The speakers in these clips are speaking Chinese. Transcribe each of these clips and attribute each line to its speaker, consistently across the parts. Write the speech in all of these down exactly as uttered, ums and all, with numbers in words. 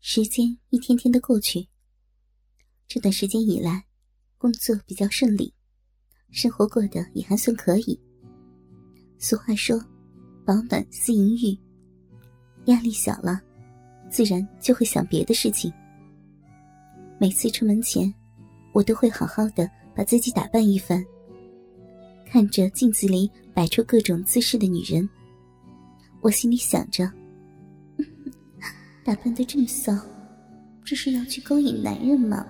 Speaker 1: 时间一天天的过去，这段时间以来，工作比较顺利，生活过得也还算可以。俗话说，饱暖思淫欲，压力小了，自然就会想别的事情。每次出门前，我都会好好的把自己打扮一番，看着镜子里摆出各种姿势的女人，我心里想着，打扮得这么骚，这是要去勾引男人吗？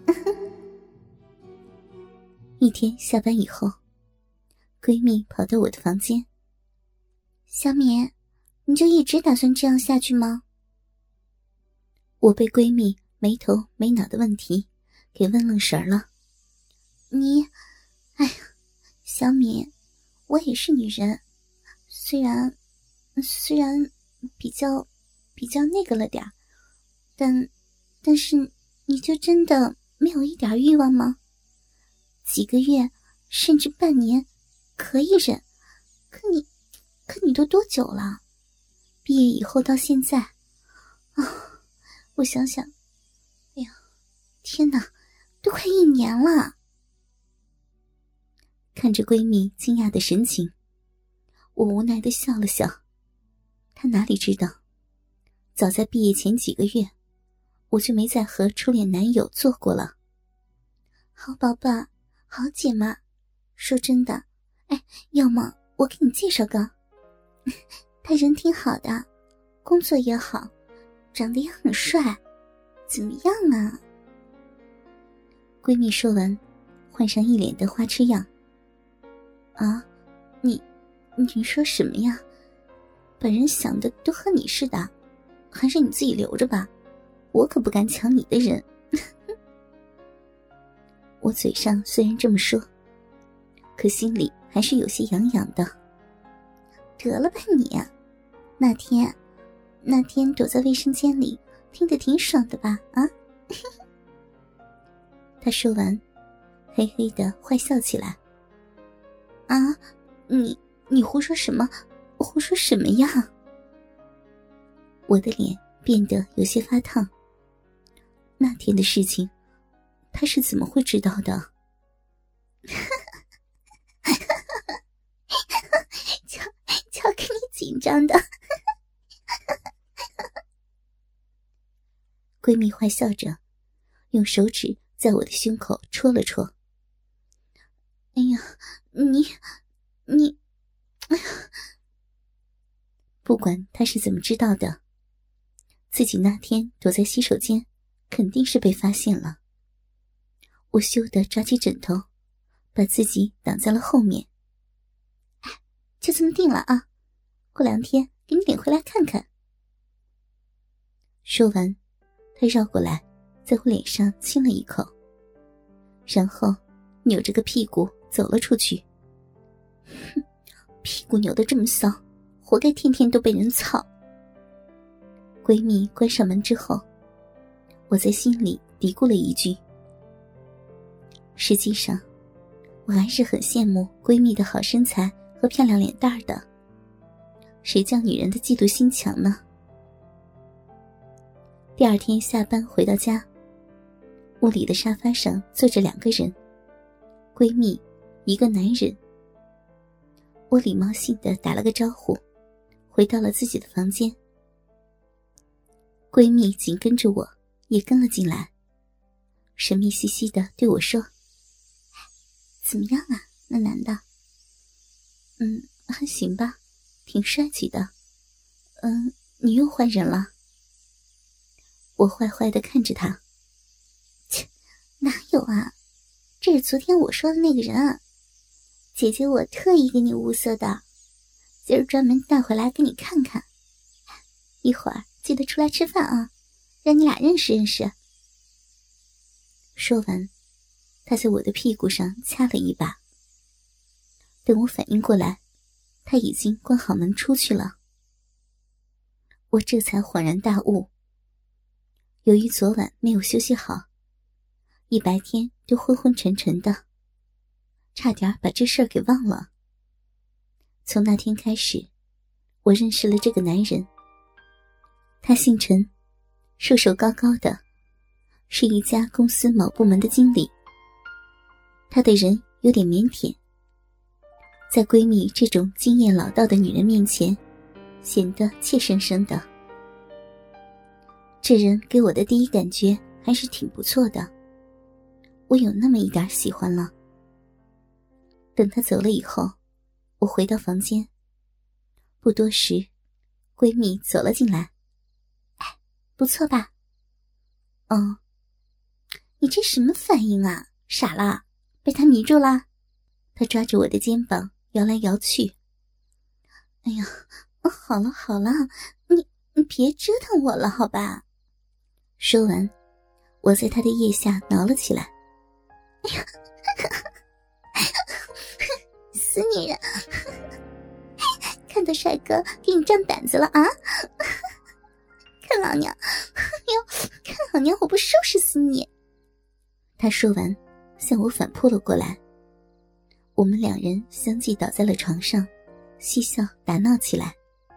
Speaker 1: 一天下班以后，闺蜜跑到我的房间。小敏，你就一直打算这样下去吗？我被闺蜜没头没脑的问题给问愣神了。你，哎呀，小敏，我也是女人，虽然，虽然比较，比较那个了点儿，但，但是你就真的没有一点欲望吗？几个月甚至半年可以忍，可你可你都多久了？毕业以后到现在啊，我想想，哎呀，天哪，都快一年了。看着闺蜜惊讶的神情，我无奈地笑了笑。她哪里知道，早在毕业前几个月，我就没再和初恋男友做过了。好宝贝，好姐们，说真的，哎，要么我给你介绍个，他人挺好的，工作也好，长得也很帅，怎么样啊？闺蜜说完，换上一脸的花痴样。啊，你，你说什么呀？本人想的都和你似的，还是你自己留着吧，我可不敢抢你的人。我嘴上虽然这么说，可心里还是有些痒痒的。得了吧你，那天那天躲在卫生间里听得挺爽的吧啊？他说完嘿嘿地坏笑起来。啊，你你胡说什么？胡说什么呀？我的脸变得有些发烫。那天的事情他是怎么会知道的？瞧瞧给你紧张的。闺蜜坏笑着，用手指在我的胸口戳了戳。哎呀，你你哎呀，不管她是怎么知道的，自己那天躲在洗手间肯定是被发现了。我羞得抓起枕头，把自己挡在了后面。哎，就这么定了啊，过两天给你领回来看看。说完，他绕过来在我脸上亲了一口，然后扭着个屁股走了出去。哼，屁股扭得这么骚，活该天天都被人操。闺蜜关上门之后，我在心里嘀咕了一句。实际上，我还是很羡慕闺蜜的好身材和漂亮脸蛋的，谁叫女人的嫉妒心强呢？第二天下班回到家，屋里的沙发上坐着两个人，闺蜜，一个男人。我礼貌性地打了个招呼，回到了自己的房间。闺蜜紧跟着我也跟了进来，神秘兮兮地对我说：怎么样啊，那男的？嗯，还行吧，挺帅气的。嗯，你又换人了？我坏坏地看着他。切，哪有啊，这是昨天我说的那个人，姐姐我特意给你物色的，今儿专门带回来给你看看，一会儿记得出来吃饭啊，让你俩认识认识。说完，他在我的屁股上掐了一把。等我反应过来，他已经关好门出去了。我这才恍然大悟，由于昨晚没有休息好，一白天就昏昏沉沉的，差点把这事儿给忘了。从那天开始，我认识了这个男人。他姓陈， 瘦瘦高高的，是一家公司某部门的经理。她的人有点腼腆，在闺蜜这种经验老道的女人面前，显得怯生生的。这人给我的第一感觉还是挺不错的，我有那么一点喜欢了。等他走了以后，我回到房间，不多时，闺蜜走了进来。哎，不错吧？嗯。你这什么反应啊？傻了？被他迷住了？他抓着我的肩膀摇来摇去。哎呀，好了好了，你你别折腾我了好吧？说完，我在他的腋下挠了起来。哎呀，死女人，看到帅哥给你长胆子了啊？看老娘，哟，看老娘我不收拾死你！他说完，向我反扑了过来。我们两人相继倒在了床上，嬉笑打闹起来。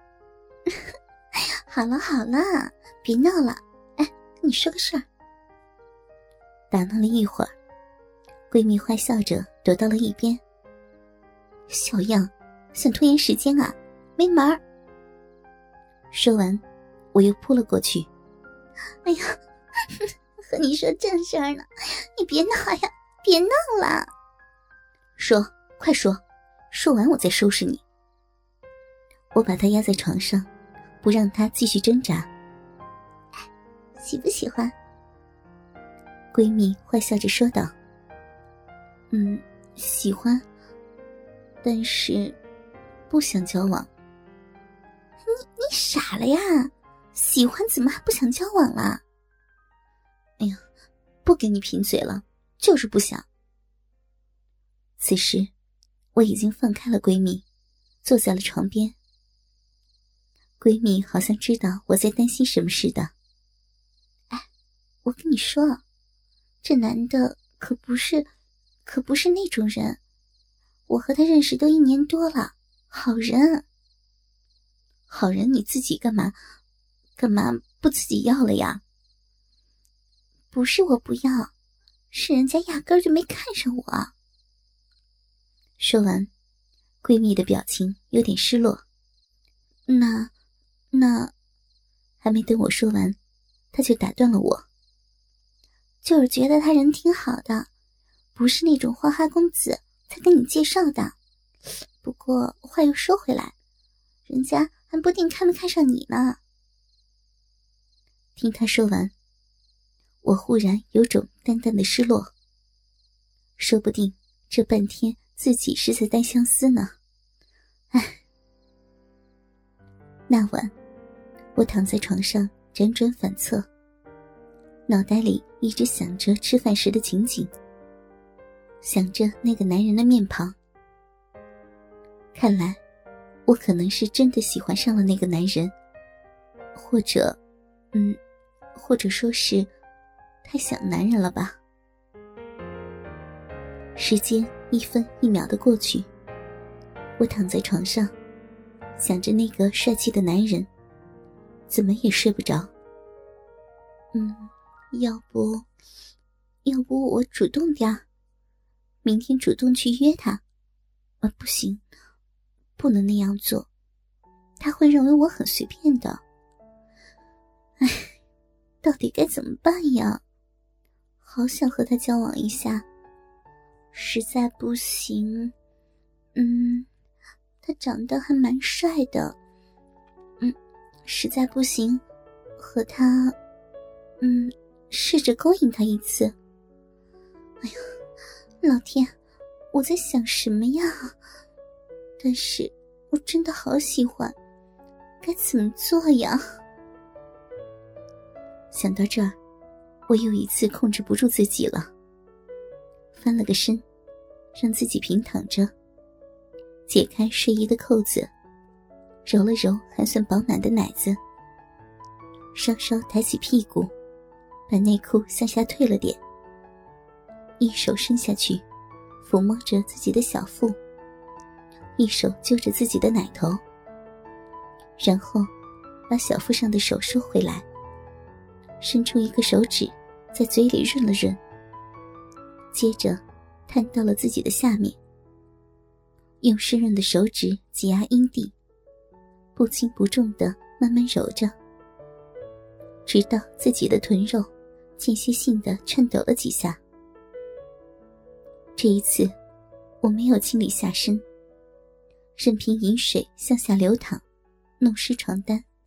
Speaker 1: 好了好了，别闹了。哎，跟你说个事儿。打闹了一会儿，闺蜜坏笑着躲到了一边。小样，想拖延时间啊？没门儿！说完，我又扑了过去。哎呀，和你说正事儿呢，你别闹呀，别闹了。说，快说，说完我再收拾你。我把她压在床上，不让她继续挣扎。喜不喜欢？闺蜜坏笑着说道。嗯，喜欢，但是不想交往。你你傻了呀？喜欢怎么还不想交往了？哎呀，不跟你贫嘴了，就是不想。此时我已经放开了闺蜜，坐在了床边。闺蜜好像知道我在担心什么似的。哎，我跟你说，这男的可不是可不是那种人，我和他认识都一年多了，好人。好人你自己干嘛干嘛不自己要了呀？不是我不要，是人家压根儿就没看上我。说完，闺蜜的表情有点失落。那那还没等我说完，她就打断了我。就是觉得他人挺好的，不是那种花花公子才跟你介绍的。不过话又说回来，人家还不定看没看上你呢。听她说完，我忽然有种淡淡的失落。说不定这半天自己是在单相思呢。唉。那晚，我躺在床上辗转反侧，脑袋里一直想着吃饭时的情景，想着那个男人的面庞。看来我可能是真的喜欢上了那个男人，或者嗯或者说是太想男人了吧。时间一分一秒的过去，我躺在床上想着那个帅气的男人，怎么也睡不着。嗯要不要不我主动点，明天主动去约他。啊，不行，不能那样做，他会认为我很随便的。唉，到底该怎么办呀？好想和他交往一下，实在不行，嗯，他长得还蛮帅的，嗯，实在不行，和他，嗯，试着勾引他一次。哎呀，老天，我在想什么呀？但是我真的好喜欢，该怎么做呀？想到这儿，我又一次控制不住自己了，翻了个身，让自己平躺着，解开睡衣的扣子，揉了揉还算饱满的奶子，稍稍抬起屁股，把内裤向下退了点，一手伸下去抚摸着自己的小腹，一手揪着自己的奶头，然后把小腹上的手收回来， 伸出一个手指在嘴里润了润，接着探到了自己的下面，用湿润的手指挤压阴蒂，不轻不重地慢慢揉着，直到自己的臀肉间歇性地颤抖了几下。这一次我没有清理下身，任凭饮水向下流淌，弄湿床单。